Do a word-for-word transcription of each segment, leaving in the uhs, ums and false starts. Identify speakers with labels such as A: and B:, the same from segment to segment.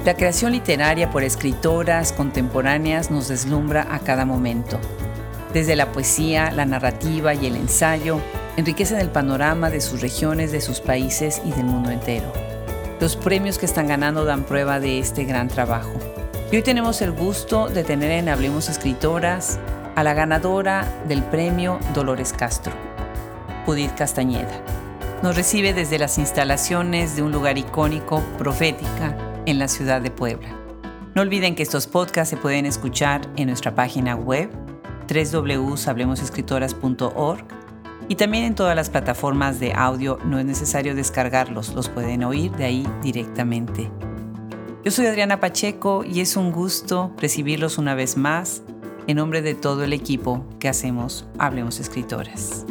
A: La creación literaria por escritoras contemporáneas nos deslumbra a cada momento. Desde la poesía, la narrativa y el ensayo, enriquecen el panorama de sus regiones, de sus países y del mundo entero. Los premios que están ganando dan prueba de este gran trabajo. Y hoy tenemos el gusto de tener en Hablemos Escritoras a la ganadora del premio Dolores Castro, Judith Castañeda. Nos recibe desde las instalaciones de un lugar icónico, Profética, en la ciudad de Puebla. No olviden que estos podcasts se pueden escuchar en nuestra página web doble u doble u doble u punto hablemos escritoras punto org y también en todas las plataformas de audio. No es necesario descargarlos, los pueden oír de ahí directamente. Yo soy Adriana Pacheco y es un gusto recibirlos una vez más en nombre de todo el equipo que hacemos Hablemos Escritoras.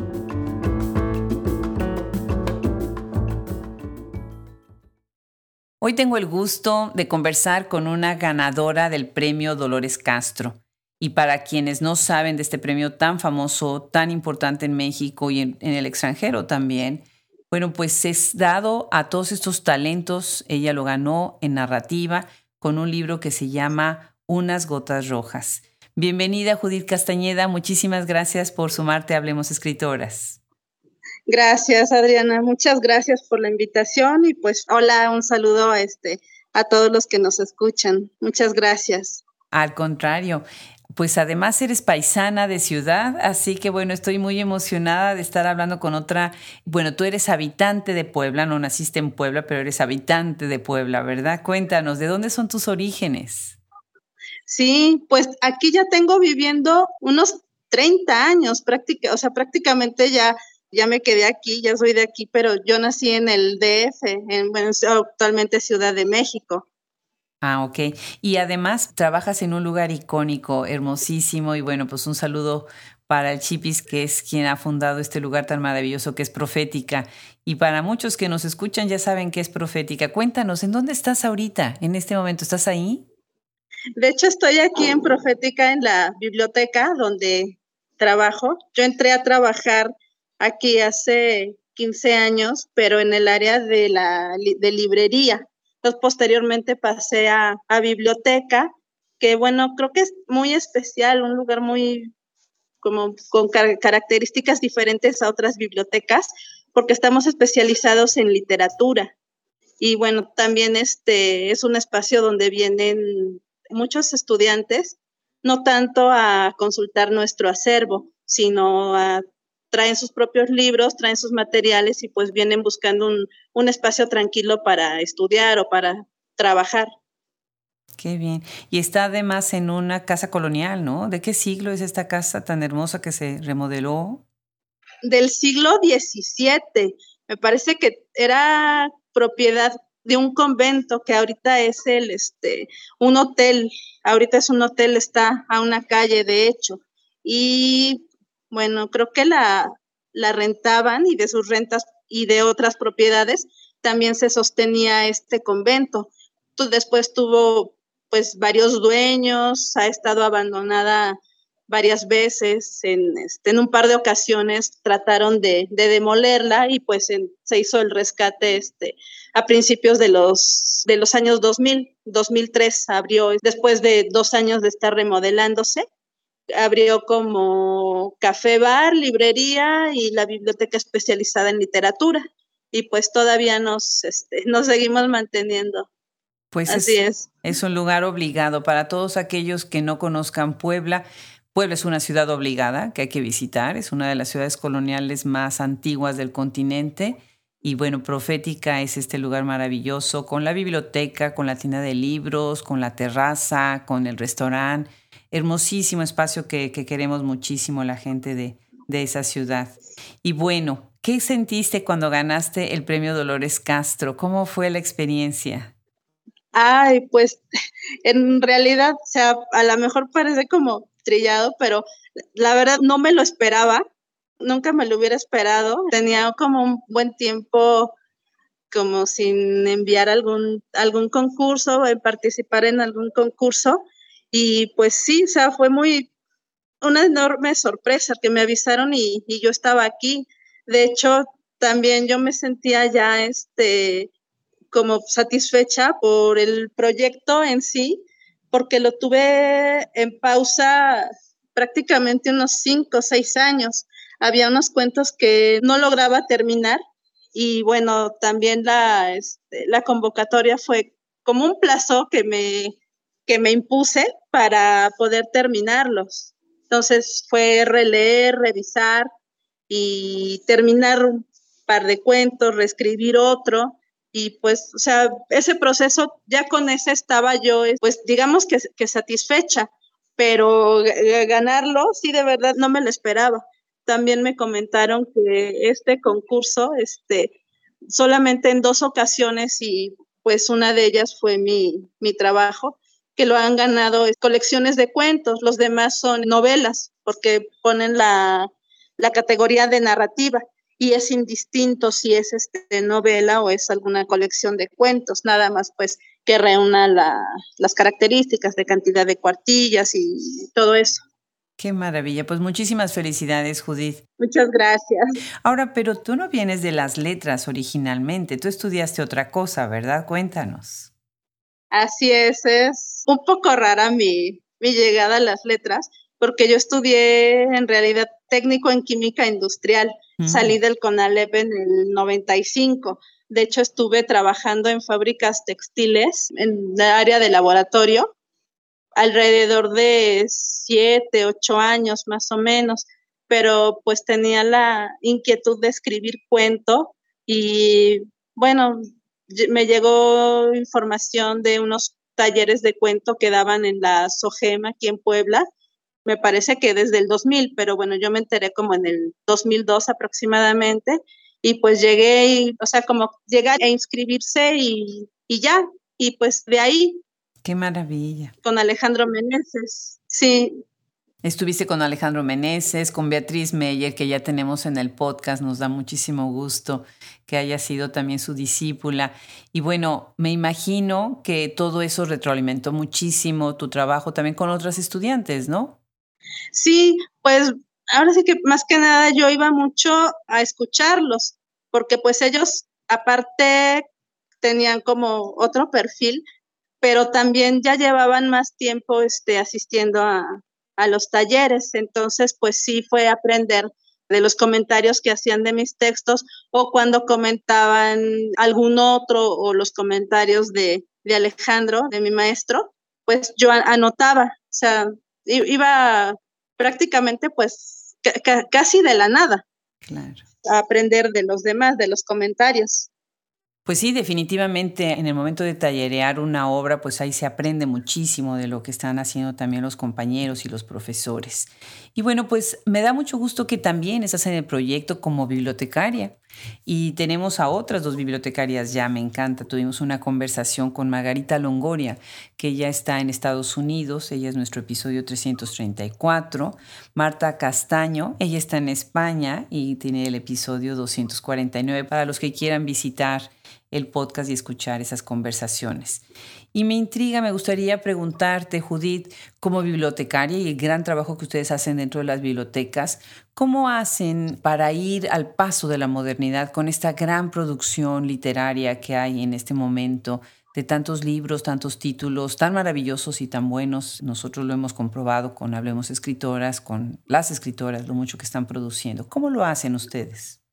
A: Hoy tengo el gusto de conversar con una ganadora del premio Dolores Castro. Y para quienes no saben de este premio tan famoso, tan importante en México y en, en el extranjero también, bueno, pues es dado a todos estos talentos. Ella lo ganó en narrativa con un libro que se llama Unas gotas rojas. Bienvenida, Judith Castañeda. Muchísimas gracias por sumarte a Hablemos Escritoras.
B: Gracias, Adriana. Muchas gracias por la invitación y pues hola, un saludo a, este, a todos los que nos escuchan. Muchas gracias.
A: Al contrario, pues además eres paisana de ciudad, así que bueno, estoy muy emocionada de estar hablando con otra. Bueno, tú eres habitante de Puebla, no naciste en Puebla, pero eres habitante de Puebla, ¿verdad? Cuéntanos, ¿de dónde son tus orígenes?
B: Sí, pues aquí ya tengo viviendo unos treinta años, práctica, o sea, prácticamente ya Ya me quedé aquí, ya soy de aquí, pero yo nací en el D F, en, bueno, actualmente Ciudad de México.
A: Ah, ok. Y además trabajas en un lugar icónico, hermosísimo, y bueno, pues un saludo para el Chipis, que es quien ha fundado este lugar tan maravilloso que es Profética. Y para muchos que nos escuchan ya saben que es Profética. Cuéntanos, ¿en dónde estás ahorita, en este momento? ¿Estás ahí?
B: De hecho, estoy aquí en Profética, en la biblioteca donde trabajo. Yo entré a trabajar aquí hace quince años, pero en el área de la de librería. Entonces, posteriormente pasé a, a biblioteca, que bueno, creo que es muy especial, un lugar muy como con car- características diferentes a otras bibliotecas, porque estamos especializados en literatura. Y bueno, también este es un espacio donde vienen muchos estudiantes, no tanto a consultar nuestro acervo, sino a traen sus propios libros, traen sus materiales y pues vienen buscando un, un espacio tranquilo para estudiar o para trabajar.
A: Qué bien. Y está además en una casa colonial, ¿no? ¿De qué siglo es esta casa tan hermosa que se remodeló?
B: Del siglo diecisiete, me parece que era propiedad de un convento que ahorita es el, este, un hotel, ahorita es un hotel, está a una calle de hecho, y bueno, creo que la, la rentaban y de sus rentas y de otras propiedades también se sostenía este convento. Tú, después tuvo pues varios dueños, ha estado abandonada varias veces, en, este, en un par de ocasiones trataron de, de demolerla y pues en, se hizo el rescate este, a principios de los, de los años dos mil, dos mil tres abrió, después de dos años de estar remodelándose, abrió como café bar, librería y la biblioteca especializada en literatura y pues todavía nos, este, nos seguimos manteniendo.
A: Pues
B: Así
A: es,
B: es.
A: es un lugar obligado para todos aquellos que no conozcan Puebla. Puebla es una ciudad obligada que hay que visitar, es una de las ciudades coloniales más antiguas del continente y bueno, Profética es este lugar maravilloso con la biblioteca, con la tienda de libros, con la terraza, con el restaurante, hermosísimo espacio que, que queremos muchísimo la gente de, de esa ciudad. Y bueno, ¿qué sentiste cuando ganaste el premio Dolores Castro? ¿Cómo fue la experiencia?
B: Ay, pues en realidad, o sea, a lo mejor parece como trillado, pero la verdad no me lo esperaba, nunca me lo hubiera esperado. Tenía como un buen tiempo como sin enviar algún, algún concurso, en participar en algún concurso. Y pues sí, o sea, fue muy, una enorme sorpresa que me avisaron y, y yo estaba aquí. De hecho, también yo me sentía ya, este, como satisfecha por el proyecto en sí, porque lo tuve en pausa prácticamente unos cinco o seis años. Había unos cuentos que no lograba terminar y bueno, también la, este, la convocatoria fue como un plazo que me, que me impuse para poder terminarlos. Entonces fue releer, revisar y terminar un par de cuentos, reescribir otro. Y pues, o sea, ese proceso, ya con ese estaba yo, pues digamos que, que satisfecha, pero ganarlo, sí, de verdad, no me lo esperaba. También me comentaron que este concurso, este, solamente en dos ocasiones, y pues una de ellas fue mi, mi trabajo, que lo han ganado colecciones de cuentos, los demás son novelas, porque ponen la, la categoría de narrativa y es indistinto si es este, novela o es alguna colección de cuentos, nada más pues que reúna la, las características de cantidad de cuartillas y todo eso.
A: Qué maravilla. Pues muchísimas felicidades, Judith.
B: Muchas gracias.
A: Ahora, pero tú no vienes de las letras originalmente, tú estudiaste otra cosa, ¿verdad? Cuéntanos.
B: Así es, es un poco rara mi, mi llegada a las letras, porque yo estudié en realidad técnico en química industrial. Mm. Salí del CONALEP en el noventa y cinco. De hecho, estuve trabajando en fábricas textiles en el área de laboratorio alrededor de siete, ocho años más o menos, pero pues tenía la inquietud de escribir cuento y bueno, me llegó información de unos talleres de cuento que daban en la SOGEM aquí en Puebla, me parece que desde el dos mil, pero bueno, yo me enteré como en el dos mil dos aproximadamente y pues llegué, y, o sea, como llegar a inscribirse y, y ya, y pues de ahí.
A: ¡Qué maravilla!
B: Con Alejandro Meneses, sí.
A: Estuviste con Alejandro Meneses, con Beatriz Meyer, que ya tenemos en el podcast. Nos da muchísimo gusto que haya sido también su discípula. Y bueno, me imagino que todo eso retroalimentó muchísimo tu trabajo también con otras estudiantes, ¿no?
B: Sí, pues ahora sí que más que nada yo iba mucho a escucharlos, porque pues ellos aparte tenían como otro perfil, pero también ya llevaban más tiempo este, asistiendo a, a los talleres, entonces pues sí fue aprender de los comentarios que hacían de mis textos o cuando comentaban algún otro o los comentarios de, de Alejandro, de mi maestro, pues yo anotaba, o sea, iba prácticamente pues c- casi de la nada.
A: Claro.
B: A aprender de los demás, de los comentarios.
A: Pues sí, definitivamente en el momento de tallerear una obra, pues ahí se aprende muchísimo de lo que están haciendo también los compañeros y los profesores. Y bueno, pues me da mucho gusto que también estás en el proyecto como bibliotecaria. Y tenemos a otras dos bibliotecarias ya, me encanta. Tuvimos una conversación con Margarita Longoria, que ya está en Estados Unidos, ella es nuestro episodio trescientos treinta y cuatro. Marta Castaño, ella está en España y tiene el episodio doscientos cuarenta y nueve para los que quieran visitar el podcast y escuchar esas conversaciones. Y me intriga, me gustaría preguntarte, Judith, como bibliotecaria y el gran trabajo que ustedes hacen dentro de las bibliotecas, ¿cómo hacen para ir al paso de la modernidad con esta gran producción literaria que hay en este momento, de tantos libros, tantos títulos tan maravillosos y tan buenos? Nosotros lo hemos comprobado con Hablemos Escritoras, con las escritoras, lo mucho que están produciendo. ¿Cómo lo hacen ustedes?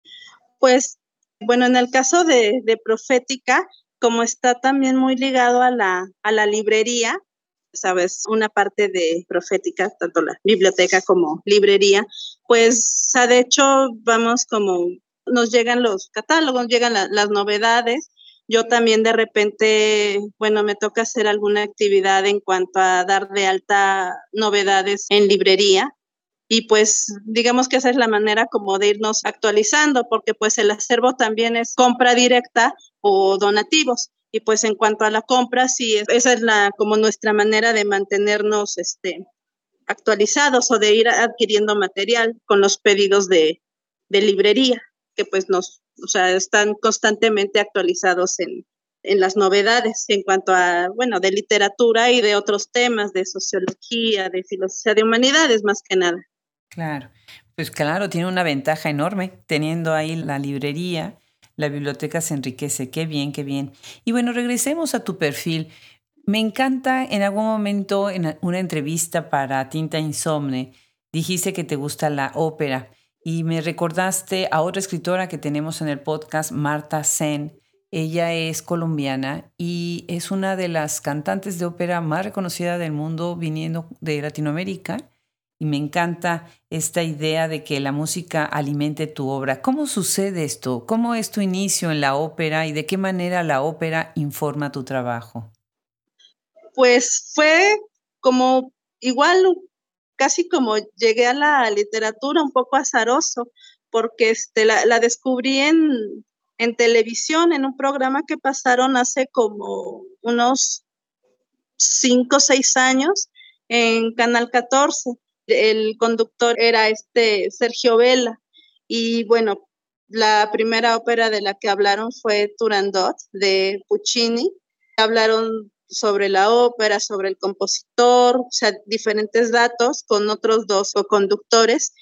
B: Pues, bueno, en el caso de, de Profética, como está también muy ligado a la, a la librería, sabes, una parte de Profética, tanto la biblioteca como librería, pues, de hecho, vamos como, nos llegan los catálogos, llegan la, las novedades. Yo también de repente, bueno, me toca hacer alguna actividad en cuanto a dar de alta novedades en librería. Y pues digamos que esa es la manera como de irnos actualizando, porque pues el acervo también es compra directa o donativos. Y pues en cuanto a la compra, sí, esa es la como nuestra manera de mantenernos este, actualizados o de ir adquiriendo material con los pedidos de, de librería, que pues nos, o sea, están constantemente actualizados en, en las novedades en cuanto a, bueno, de literatura y de otros temas, de sociología, de filosofía, de humanidades más que nada.
A: Claro, pues claro, tiene una ventaja enorme teniendo ahí la librería, la biblioteca se enriquece. Qué bien, qué bien. Y bueno, regresemos a tu perfil. Me encanta, en algún momento, en una entrevista para Tinta Insomne, dijiste que te gusta la ópera y me recordaste a otra escritora que tenemos en el podcast, Marta Sen. Ella es colombiana y es una de las cantantes de ópera más reconocidas del mundo viniendo de Latinoamérica. Y me encanta esta idea de que la música alimente tu obra. ¿Cómo sucede esto? ¿Cómo es tu inicio en la ópera y de qué manera la ópera informa tu trabajo?
B: Pues fue como igual, casi como llegué a la literatura, un poco azaroso, porque este, la, la descubrí en, en televisión, en un programa que pasaron hace como unos cinco o seis años en Canal catorce. El conductor era este Sergio Vela y bueno, la primera ópera de la que hablaron fue Turandot de Puccini. Hablaron sobre la ópera, sobre el compositor, o sea, diferentes datos con otros dos conductores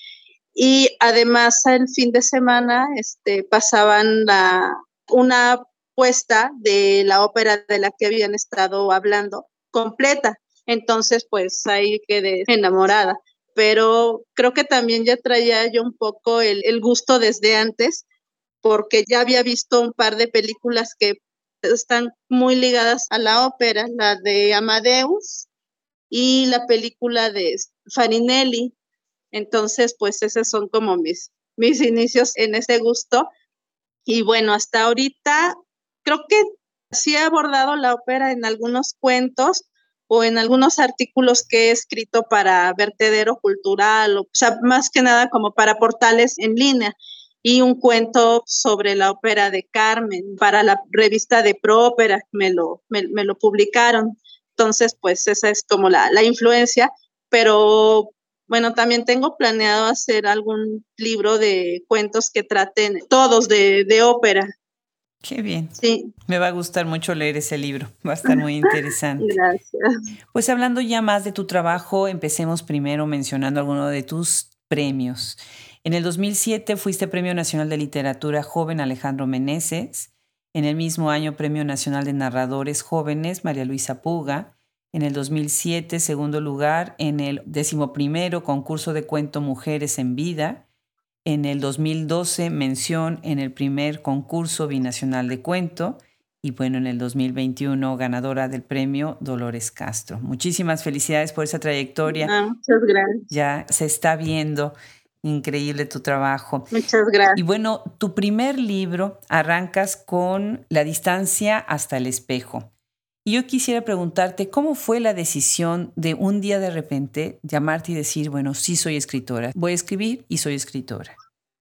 B: y además el fin de semana este, pasaban la, una puesta de la ópera de la que habían estado hablando completa. Entonces, pues ahí quedé enamorada. Pero creo que también ya traía yo un poco el, el gusto desde antes, porque ya había visto un par de películas que están muy ligadas a la ópera, la de Amadeus y la película de Farinelli. Entonces, pues esos son como mis, mis inicios en ese gusto. Y bueno, hasta ahorita creo que sí he abordado la ópera en algunos cuentos o en algunos artículos que he escrito para Vertedero Cultural, o, o sea, más que nada como para portales en línea, y un cuento sobre la ópera de Carmen para la revista de Própera, me lo, me, me lo publicaron. Entonces, pues esa es como la, la influencia, pero bueno, también tengo planeado hacer algún libro de cuentos que traten todos de, de ópera.
A: Qué bien.
B: Sí.
A: Me va a gustar mucho leer ese libro. Va a estar muy interesante.
B: Gracias.
A: Pues hablando ya más de tu trabajo, empecemos primero mencionando algunos de tus premios. En el dos mil siete fuiste Premio Nacional de Literatura Joven Alejandro Meneses. En el mismo año, Premio Nacional de Narradores Jóvenes María Luisa Puga. En el dos mil siete, segundo lugar en el decimoprimero concurso de cuento Mujeres en Vida. En el dos mil doce, mención en el primer concurso binacional de cuento. Y bueno, en el dos mil veintiuno, ganadora del premio Dolores Castro. Muchísimas felicidades por esa trayectoria.
B: Ah, muchas gracias.
A: Ya se está viendo. Increíble tu trabajo.
B: Muchas gracias.
A: Y bueno, tu primer libro arrancas con La distancia hasta el espejo. Y yo quisiera preguntarte, ¿cómo fue la decisión de un día de repente llamarte y decir, bueno, sí soy escritora, voy a escribir y soy escritora?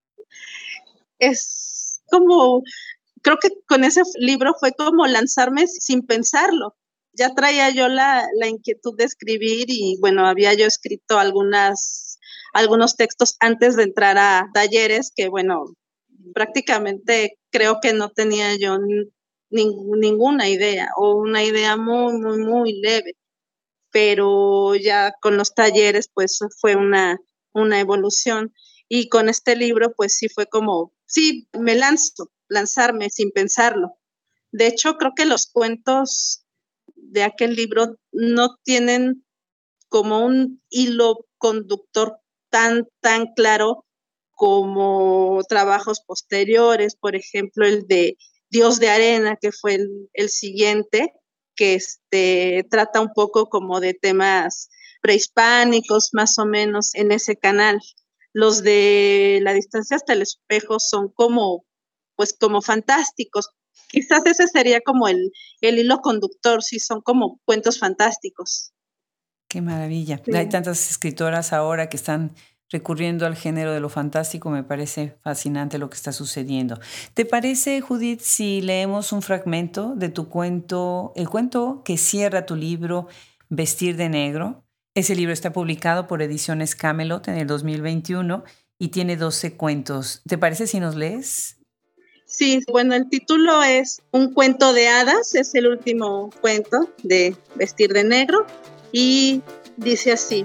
B: Es como, creo que con ese libro fue como lanzarme sin pensarlo. Ya traía yo la, la inquietud de escribir y bueno, había yo escrito algunas, algunos textos antes de entrar a talleres que bueno, prácticamente creo que no tenía yo Ning, ninguna idea o una idea muy, muy, muy leve, pero ya con los talleres pues fue una, una evolución y con este libro pues sí fue como, sí, me lanzo, lanzarme sin pensarlo. De hecho, creo que los cuentos de aquel libro no tienen como un hilo conductor tan, tan claro como trabajos posteriores, por ejemplo, el de Dios de Arena, que fue el, el siguiente, que este, trata un poco como de temas prehispánicos, más o menos, en ese canal. Los de La distancia hasta el espejo son como, pues como fantásticos. Quizás ese sería como el, el hilo conductor, sí, son como cuentos fantásticos.
A: Qué maravilla.
B: Sí.
A: Hay tantas escritoras ahora que están recurriendo al género de lo fantástico. Me parece fascinante lo que está sucediendo. ¿Te parece, Judith, si leemos un fragmento de tu cuento, el cuento que cierra tu libro, Vestir de Negro? Ese libro está publicado por Ediciones Camelot en el dos mil veintiuno y tiene doce cuentos. ¿Te parece si nos lees?
B: Sí, bueno, el título es Un cuento de hadas, es el último cuento de Vestir de Negro y dice así.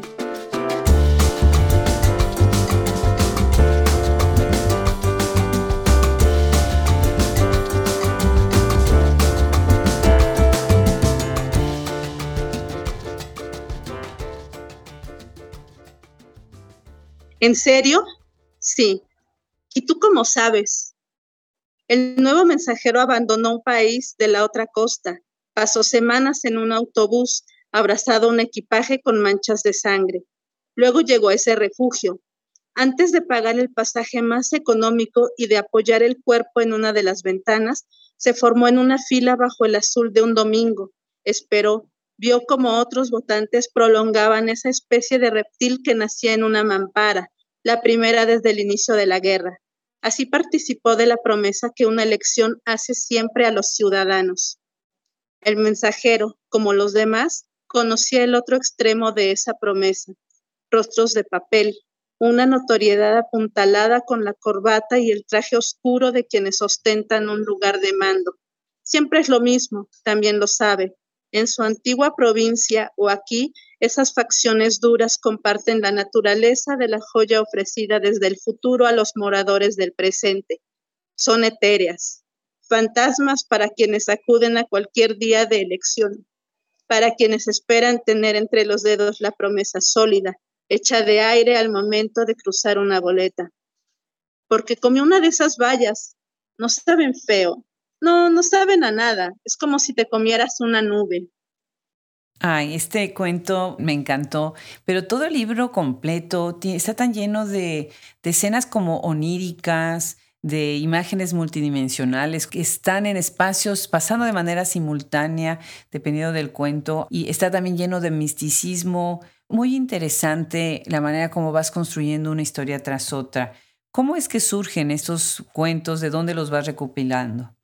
B: ¿En serio? Sí. ¿Y tú cómo sabes? El nuevo mensajero abandonó un país de la otra costa. Pasó semanas en un autobús, abrazado a un equipaje con manchas de sangre. Luego llegó a ese refugio. Antes de pagar el pasaje más económico y de apoyar el cuerpo en una de las ventanas, se formó en una fila bajo el azul de un domingo. Esperó, vio cómo otros votantes prolongaban esa especie de reptil que nacía en una mampara, la primera desde el inicio de la guerra. Así participó de la promesa que una elección hace siempre a los ciudadanos. El mensajero, como los demás, conocía el otro extremo de esa promesa. Rostros de papel, una notoriedad apuntalada con la corbata y el traje oscuro de quienes ostentan un lugar de mando. Siempre es lo mismo, también lo sabe. En su antigua provincia o aquí, esas facciones duras comparten la naturaleza de la joya ofrecida desde el futuro a los moradores del presente. Son etéreas, fantasmas para quienes acuden a cualquier día de elección, para quienes esperan tener entre los dedos la promesa sólida, hecha de aire al momento de cruzar una boleta. Porque come una de esas bayas, no saben feo, no, no saben a nada, es como si te comieras una nube.
A: Ay, este cuento me encantó, pero todo el libro completo tie- está tan lleno de, de escenas como oníricas, de imágenes multidimensionales que están en espacios pasando de manera simultánea, dependiendo del cuento, y está también lleno de misticismo. Muy interesante la manera como vas construyendo una historia tras otra. ¿Cómo es que surgen estos cuentos? ¿De dónde los vas recopilando?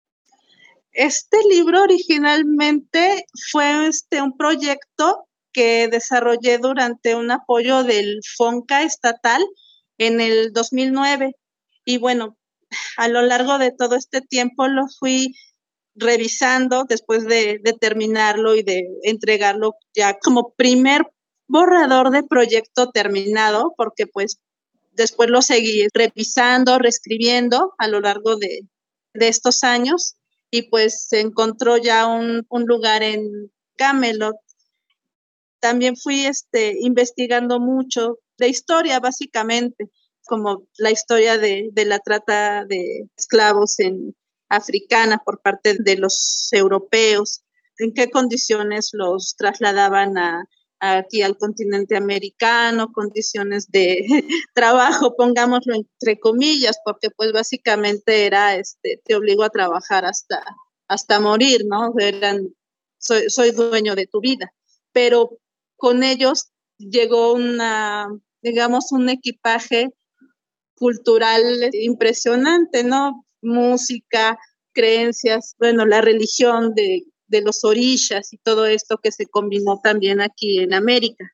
B: Este libro originalmente fue este, un proyecto que desarrollé durante un apoyo del FONCA estatal en el dos mil nueve. Y bueno, a lo largo de todo este tiempo lo fui revisando después de, de terminarlo y de entregarlo ya como primer borrador de proyecto terminado, porque pues después lo seguí revisando, reescribiendo a lo largo de, de estos años y pues se encontró ya un, un lugar en Camelot. También fui este, investigando mucho de historia, básicamente, como la historia de, de la trata de esclavos en africana por parte de los europeos, en qué condiciones los trasladaban a, a aquí al continente americano, condiciones de trabajo, pongámoslo entre comillas, porque pues básicamente era, este, te obligo a trabajar hasta, hasta morir, ¿no? Eran, soy, soy dueño de tu vida, pero con ellos llegó una, digamos, un equipaje cultural impresionante, ¿no? Música, creencias, bueno, la religión de, de los orillas y todo esto que se combinó también aquí en América.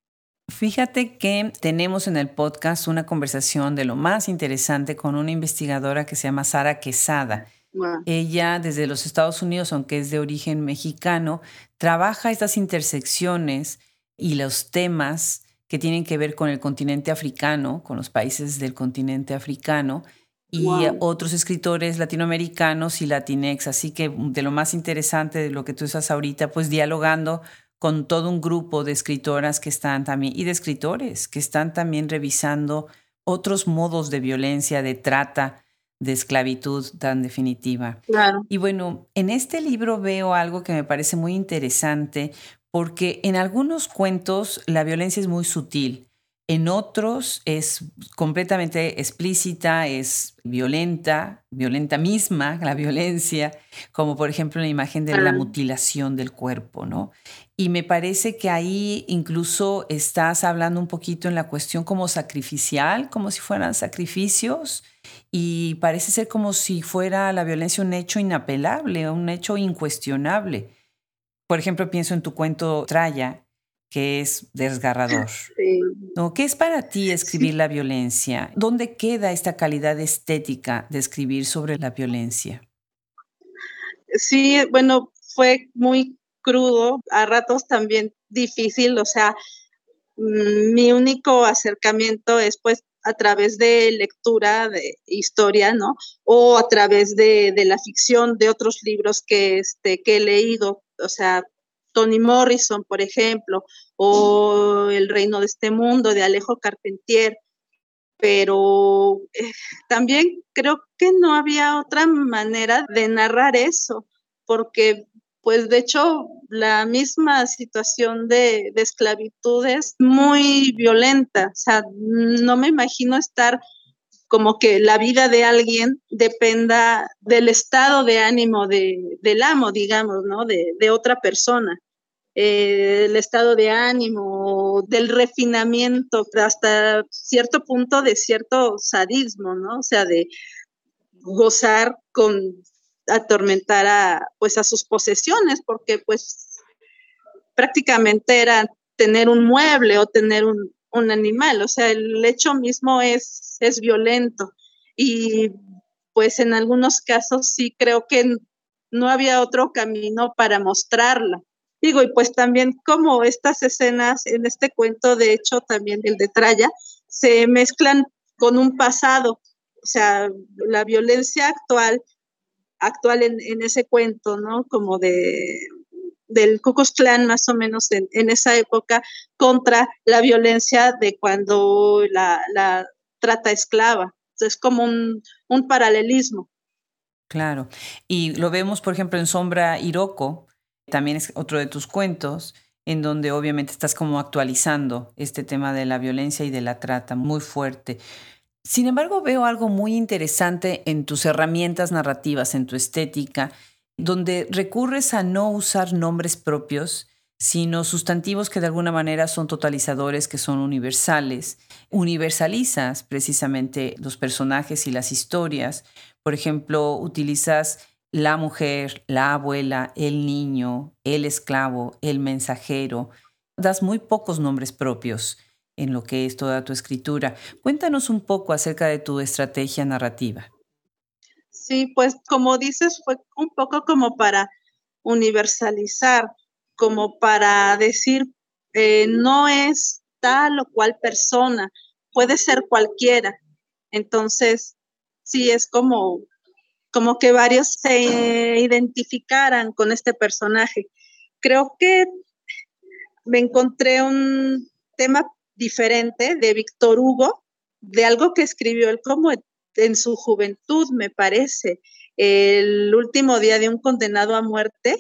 A: Fíjate que tenemos en el podcast una conversación de lo más interesante con una investigadora que se llama Sara Quesada.
B: Wow.
A: Ella, desde los Estados Unidos, aunque es de origen mexicano, trabaja estas intersecciones y los temas que tienen que ver con el continente africano, con los países del continente africano, y
B: Wow.
A: otros escritores latinoamericanos y latinex. Así que de lo más interesante de lo que tú estás ahorita, pues dialogando con todo un grupo de escritoras que están también, y de escritores que están también revisando otros modos de violencia, de trata, de esclavitud tan definitiva.
B: Claro.
A: Y bueno, en este libro veo algo que me parece muy interesante porque en algunos cuentos la violencia es muy sutil, en otros es completamente explícita, es violenta, violenta misma, la violencia, como por ejemplo la imagen de la mutilación del cuerpo, ¿no? Y me parece que ahí incluso estás hablando un poquito en la cuestión como sacrificial, como si fueran sacrificios, y parece ser como si fuera la violencia un hecho inapelable, un hecho incuestionable. Por ejemplo, pienso en tu cuento Traya, que es desgarrador.
B: Sí.
A: ¿No? ¿Qué es para ti escribir
B: Sí.
A: la violencia? ¿Dónde queda esta calidad estética de escribir sobre la violencia?
B: Sí, bueno, fue muy crudo, a ratos también difícil, o sea, mm, mi único acercamiento es pues a través de lectura de historia, ¿no? O a través de, de la ficción de otros libros que, este, que he leído, o sea, Toni Morrison, por ejemplo, o El reino de este mundo de Alejo Carpentier. pero eh, también creo que no había otra manera de narrar eso, porque pues de hecho la misma situación de, de esclavitud es muy violenta, o sea, no me imagino estar como que la vida de alguien dependa del estado de ánimo de, del amo, digamos, ¿no? De, de otra persona. Eh, el estado de ánimo, del refinamiento, hasta cierto punto de cierto sadismo, ¿no? O sea, de gozar con atormentar a, pues, a sus posesiones, porque pues prácticamente era tener un mueble o tener un, un animal, o sea, el hecho mismo es, es violento y pues en algunos casos sí creo que no había otro camino para mostrarla. Digo, y pues también como estas escenas en este cuento, de hecho también el de Tralla, se mezclan con un pasado, o sea, la violencia actual, actual en, en ese cuento, ¿no? Como de del Ku Klux Klan más o menos en, en esa época contra la violencia de cuando la, la trata esclava. Entonces, es como un, un paralelismo.
A: Claro. Y lo vemos, por ejemplo, en Sombra Hiroko, también es otro de tus cuentos, en donde obviamente estás como actualizando este tema de la violencia y de la trata, muy fuerte. Sin embargo, veo algo muy interesante en tus herramientas narrativas, en tu estética, donde recurres a no usar nombres propios, sino sustantivos que de alguna manera son totalizadores, que son universales. Universalizas precisamente los personajes y las historias. Por ejemplo, utilizas la mujer, la abuela, el niño, el esclavo, el mensajero. Das muy pocos nombres propios en lo que es toda tu escritura. Cuéntanos un poco acerca de tu estrategia narrativa.
B: Sí, pues como dices, fue un poco como para universalizar, como para decir, eh, no es tal o cual persona, puede ser cualquiera. Entonces, sí, es como, como que varios se identificaran con este personaje. Creo que me encontré un tema diferente de Víctor Hugo, de algo que escribió él como en su juventud, me parece, el último día de un condenado a muerte,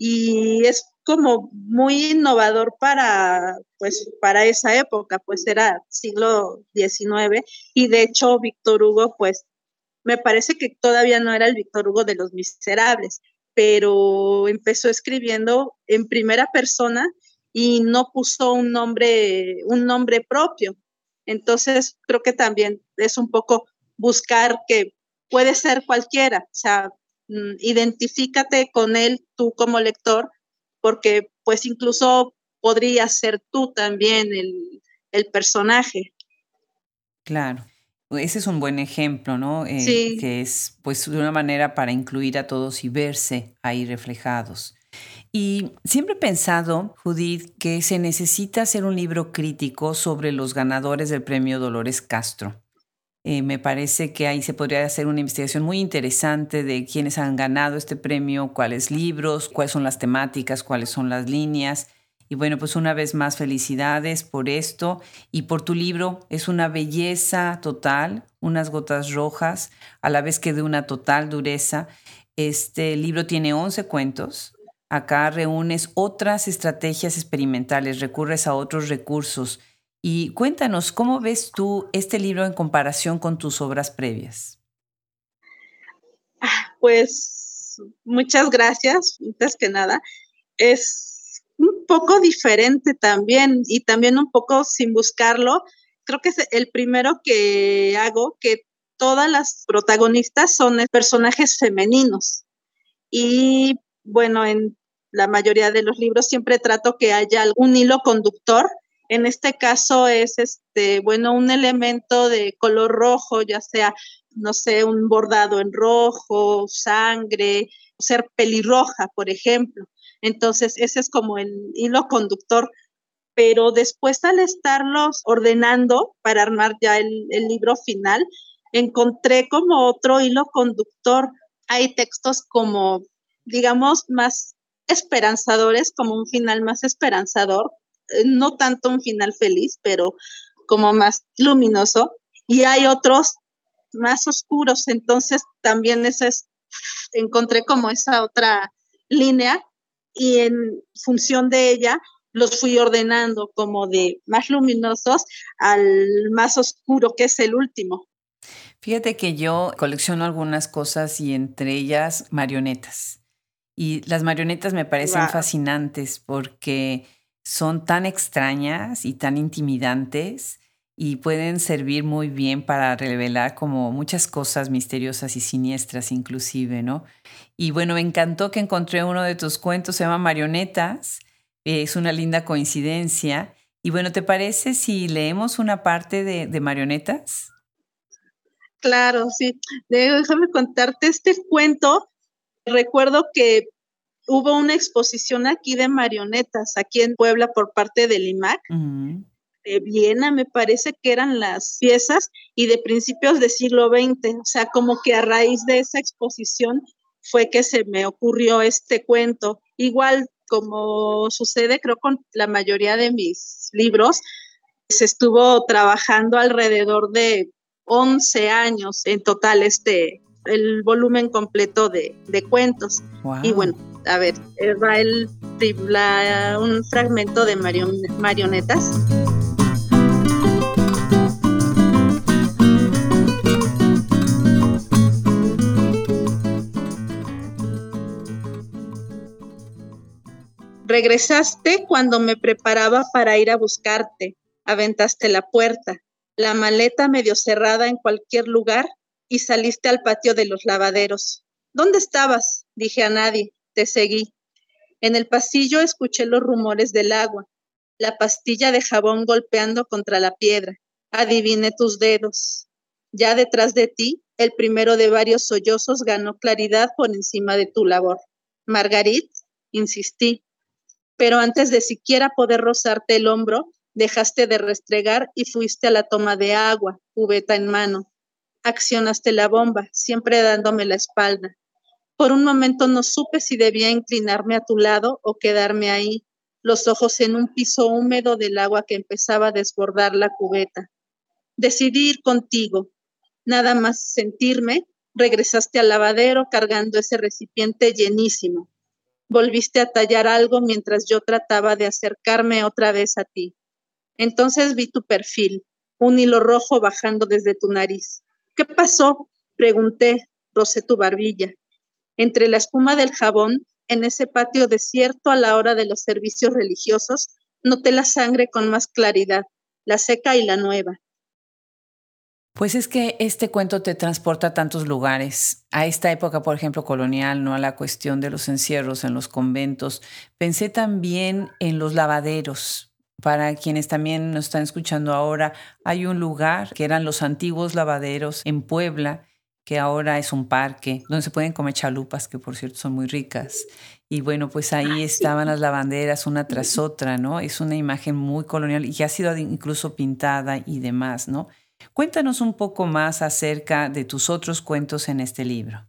B: y es como muy innovador para, pues, para esa época, pues era siglo diecinueve, y de hecho Víctor Hugo, pues, me parece que todavía no era el Víctor Hugo de Los Miserables, pero empezó escribiendo en primera persona y no puso un nombre, un nombre propio. Entonces, creo que también es un poco buscar que puede ser cualquiera, o sea, mm, identifícate con él tú como lector, porque pues incluso podría ser tú también el, el personaje.
A: Claro. Ese es un buen ejemplo, ¿no? Eh,
B: Sí.
A: que es pues de una manera para incluir a todos y verse ahí reflejados. Y siempre he pensado, Judith, que se necesita hacer un libro crítico sobre los ganadores del premio Dolores Castro. Eh, me parece que ahí se podría hacer una investigación muy interesante de quiénes han ganado este premio, cuáles libros, cuáles son las temáticas, cuáles son las líneas. Y bueno, pues una vez más, felicidades por esto y por tu libro. Es una belleza total, unas gotas rojas, a la vez que de una total dureza. Este libro tiene once cuentos. Acá reúnes otras estrategias experimentales, recurres a otros recursos. Y cuéntanos, ¿cómo ves tú este libro en comparación con tus obras previas?
B: Pues muchas gracias, antes que nada. Es un poco diferente también y también un poco sin buscarlo. Creo que es el primero que hago que todas las protagonistas son personajes femeninos. Y bueno, en la mayoría de los libros siempre trato que haya algún hilo conductor. En este caso es este, bueno, un elemento de color rojo, ya sea, no sé, un bordado en rojo, sangre, ser pelirroja, por ejemplo. Entonces, ese es como el hilo conductor. Pero después al estarlos ordenando para armar ya el, el libro final, encontré como otro hilo conductor. Hay textos como, digamos, más esperanzadores, como un final más esperanzador, eh, no tanto un final feliz, pero como más luminoso. y hay otros más oscuros, entonces también esa es, encontré como esa otra línea y en función de ella los fui ordenando como de más luminosos al más oscuro, que es el último.
A: Fíjate que yo colecciono algunas cosas y entre ellas marionetas. Y las marionetas me parecen
B: Wow.
A: fascinantes porque son tan extrañas y tan intimidantes y pueden servir muy bien para revelar como muchas cosas misteriosas y siniestras inclusive, ¿no? Y bueno, me encantó que encontré uno de tus cuentos, se llama Marionetas, eh, es una linda coincidencia. Y bueno, ¿te parece si leemos una parte de, de Marionetas?
B: Claro, sí. Déjame contarte este cuento. Recuerdo que hubo una exposición aquí de marionetas, aquí en Puebla por parte del I M A C,
A: Uh-huh.
B: de Viena, me parece que eran las piezas, y de principios del siglo veinte. O sea, como que a raíz de esa exposición fue que se me ocurrió este cuento. Igual, como sucede, creo, con la mayoría de mis libros, se estuvo trabajando alrededor de once años en total este, el volumen completo de, de cuentos.
A: Wow.
B: Y bueno, a ver, va el, la, un fragmento de marion, marionetas. Regresaste cuando me preparaba para ir a buscarte. Aventaste la puerta, la maleta medio cerrada en cualquier lugar y saliste al patio de los lavaderos. ¿Dónde estabas? Dije a nadie. Te seguí. En el pasillo escuché los rumores del agua, la pastilla de jabón golpeando contra la piedra. Adiviné tus dedos. Ya detrás de ti, el primero de varios sollozos ganó claridad por encima de tu labor. Margarit, insistí. Pero antes de siquiera poder rozarte el hombro, dejaste de restregar y fuiste a la toma de agua, cubeta en mano. Accionaste la bomba, siempre dándome la espalda. Por un momento no supe si debía inclinarme a tu lado o quedarme ahí, los ojos en un piso húmedo del agua que empezaba a desbordar la cubeta. Decidí ir contigo. Nada más sentirme, regresaste al lavadero cargando ese recipiente llenísimo. Volviste a tallar algo mientras yo trataba de acercarme otra vez a ti. Entonces vi tu perfil, un hilo rojo bajando desde tu nariz. ¿Qué pasó? Pregunté, rocé tu barbilla. Entre la espuma del jabón, en ese patio desierto a la hora de los servicios religiosos, noté la sangre con más claridad, la seca y la nueva.
A: Pues es que este cuento te transporta a tantos lugares, a esta época, por ejemplo, colonial, no a la cuestión de los encierros en los conventos. Pensé también en los lavaderos. Para quienes también nos están escuchando ahora, hay un lugar que eran los antiguos lavaderos en Puebla, que ahora es un parque, donde se pueden comer chalupas, que por cierto son muy ricas. Y bueno, pues ahí estaban las lavanderas una tras otra, ¿no? Es una imagen muy colonial y que ha sido incluso pintada y demás, ¿no? Cuéntanos un poco más acerca de tus otros cuentos en este libro.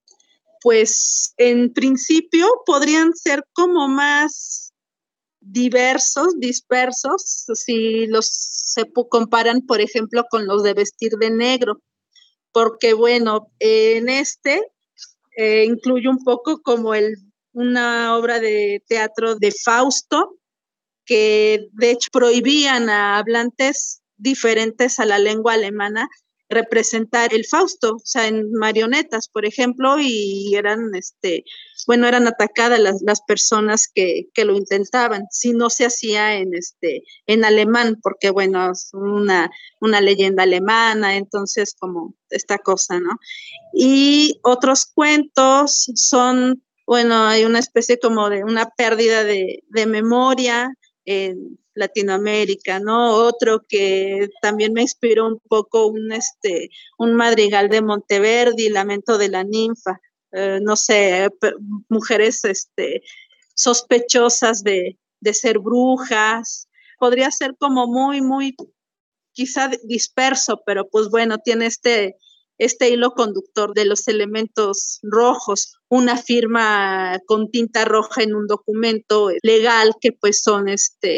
B: Pues en principio podrían ser como más diversos, dispersos, si los se comparan, por ejemplo, con los de Vestir de Negro, porque bueno, en este eh, incluye un poco como el, una obra de teatro de Fausto, que de hecho prohibían a hablantes diferentes a la lengua alemana representar el Fausto, o sea, en marionetas, por ejemplo, y eran, este, bueno, eran atacadas las, las personas que, que lo intentaban, si no se hacía en, este, en alemán, porque, bueno, es una, una leyenda alemana, entonces, como esta cosa, ¿no? Y otros cuentos son, bueno, hay una especie como de una pérdida de, de memoria en Latinoamérica, ¿no? Otro que también me inspiró un poco, un, este, un madrigal de Monteverdi, Lamento de la ninfa, eh, no sé, mujeres este, sospechosas de, de ser brujas, podría ser como muy, muy, quizá disperso, pero pues bueno, tiene este, este hilo conductor de los elementos rojos, una firma con tinta roja en un documento legal que pues son este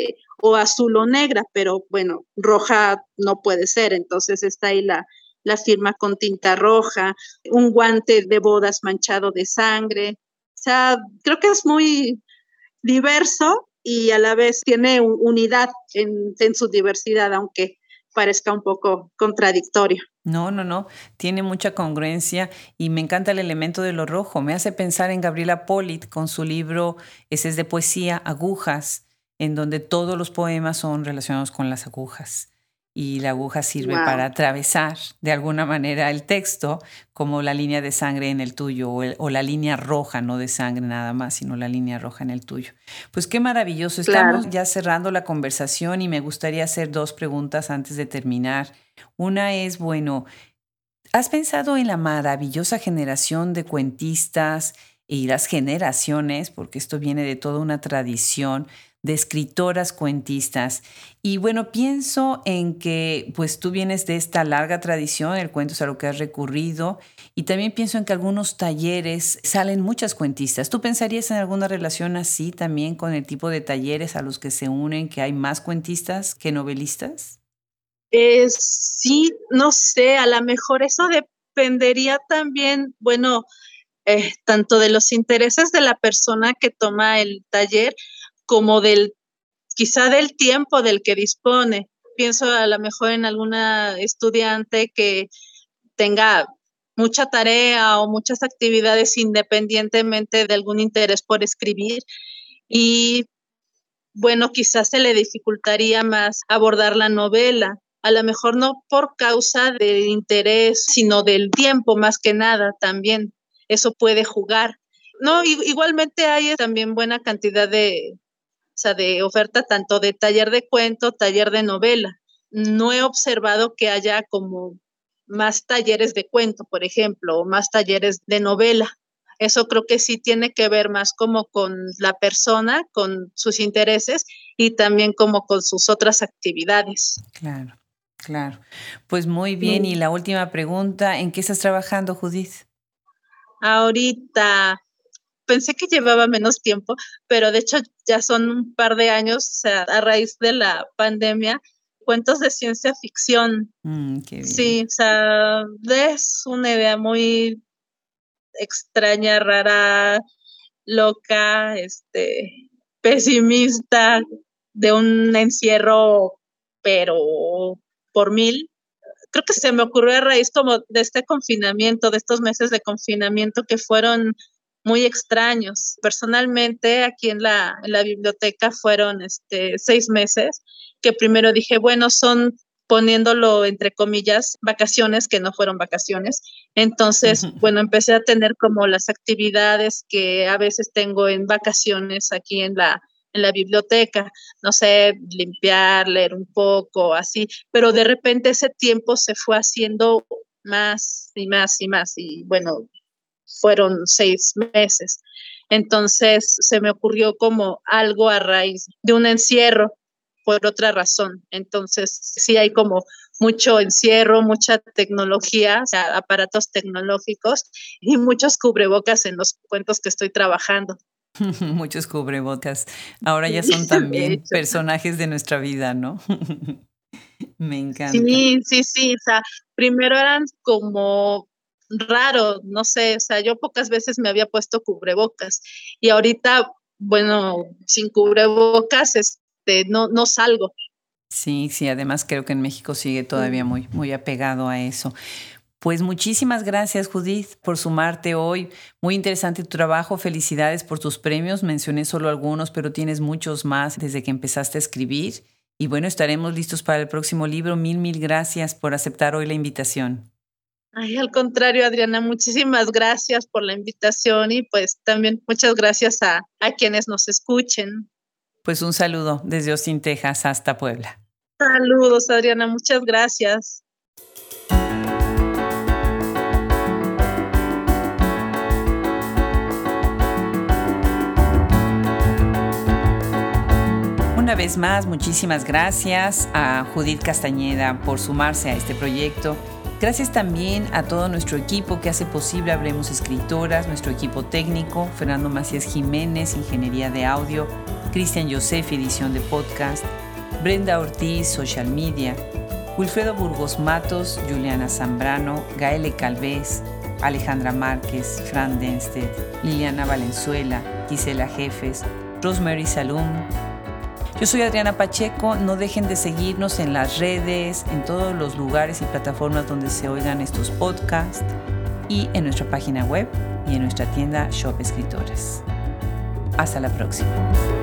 B: o azul o negra, pero bueno, roja no puede ser, entonces está ahí la, la firma con tinta roja, un guante de bodas manchado de sangre. O sea, creo que es muy diverso y a la vez tiene unidad en, en su diversidad, aunque parezca un poco contradictorio.
A: No, no, no, tiene mucha congruencia y me encanta el elemento de lo rojo. Me hace pensar en Gabriela Pollitt con su libro, ese es de poesía, Agujas, en donde todos los poemas son relacionados con las agujas. Y la aguja sirve wow. para atravesar de alguna manera el texto, como la línea de sangre en el tuyo, o, el, o la línea roja, no de sangre nada más, sino la línea roja en el tuyo. Pues qué maravilloso. Estamos claro. ya cerrando la conversación y me gustaría hacer dos preguntas antes de terminar. Una es, bueno, ¿has pensado en la maravillosa generación de cuentistas y las generaciones, porque esto viene de toda una tradición, de escritoras cuentistas? Y bueno, pienso en que pues tú vienes de esta larga tradición, el cuento es a lo que has recurrido, y también pienso en que algunos talleres salen muchas cuentistas. ¿Tú pensarías en alguna relación así también con el tipo de talleres a los que se unen, que hay más cuentistas que novelistas?
B: Eh, sí, no sé, a lo mejor eso dependería también, bueno, eh, tanto de los intereses de la persona que toma el taller, como del, quizá del tiempo del que dispone. Pienso a lo mejor en alguna estudiante que tenga mucha tarea o muchas actividades independientemente de algún interés por escribir y, bueno, quizás se le dificultaría más abordar la novela. A lo mejor no por causa del interés, sino del tiempo más que nada también. Eso puede jugar. No, igualmente hay también buena cantidad de, o sea, de oferta tanto de taller de cuento, taller de novela. No he observado que haya como más talleres de cuento, por ejemplo, o más talleres de novela. Eso creo que sí tiene que ver más como con la persona, con sus intereses y también como con sus otras actividades.
A: Claro. Claro, pues muy bien. Y la última pregunta, ¿en qué estás trabajando, Judith?
B: Ahorita, pensé que llevaba menos tiempo, pero de hecho ya son un par de años, o sea, a raíz de la pandemia, cuentos de ciencia ficción.
A: Mm, qué bien.
B: Sí, o sea, es una idea muy extraña, rara, loca, este, pesimista, de un encierro, pero por mil. Creo que se me ocurrió a raíz como de este confinamiento, de estos meses de confinamiento que fueron muy extraños. Personalmente, aquí en la, en la biblioteca fueron este, seis meses, que primero dije, bueno, son, poniéndolo entre comillas, vacaciones, que no fueron vacaciones. Entonces, bueno, empecé a tener como las actividades que a veces tengo en vacaciones aquí en la en la biblioteca, no sé, limpiar, leer un poco, así, pero de repente ese tiempo se fue haciendo más y más y más, y bueno, fueron seis meses. Entonces se me ocurrió como algo a raíz de un encierro por otra razón. Entonces sí hay como mucho encierro, mucha tecnología, o sea, aparatos tecnológicos y muchos cubrebocas en los cuentos que estoy trabajando.
A: Muchos cubrebocas. Ahora ya son también personajes de nuestra vida, ¿no? Me encanta.
B: Sí, sí, sí. O sea, primero eran como raros, no sé, o sea, yo pocas veces me había puesto cubrebocas y ahorita, bueno, sin cubrebocas, este, no, no salgo.
A: Sí, sí, además creo que en México sigue todavía muy, muy apegado a eso. Pues muchísimas gracias, Judith, por sumarte hoy. Muy interesante tu trabajo. Felicidades por tus premios. Mencioné solo algunos, pero tienes muchos más desde que empezaste a escribir. Y bueno, estaremos listos para el próximo libro. Mil, mil gracias por aceptar hoy la invitación.
B: Ay, al contrario, Adriana, muchísimas gracias por la invitación y pues también muchas gracias a, a quienes nos escuchen.
A: Pues un saludo desde Austin, Texas, hasta Puebla.
B: Saludos, Adriana, muchas gracias.
A: Una vez más, muchísimas gracias a Judith Castañeda por sumarse a este proyecto. Gracias también a todo nuestro equipo que hace posible Hablemos Escritoras, nuestro equipo técnico, Fernando Macías Jiménez, Ingeniería de Audio, Cristian Yosef, edición de podcast, Brenda Ortiz, Social Media, Wilfredo Burgos Matos, Juliana Zambrano, Gaele Calvez, Alejandra Márquez, Fran Denstedt, Liliana Valenzuela, Gisela Jefes, Rosemary Salum. Yo soy Adriana Pacheco, no dejen de seguirnos en las redes, en todos los lugares y plataformas donde se oigan estos podcasts y en nuestra página web y en nuestra tienda Shop Escritoras. Hasta la próxima.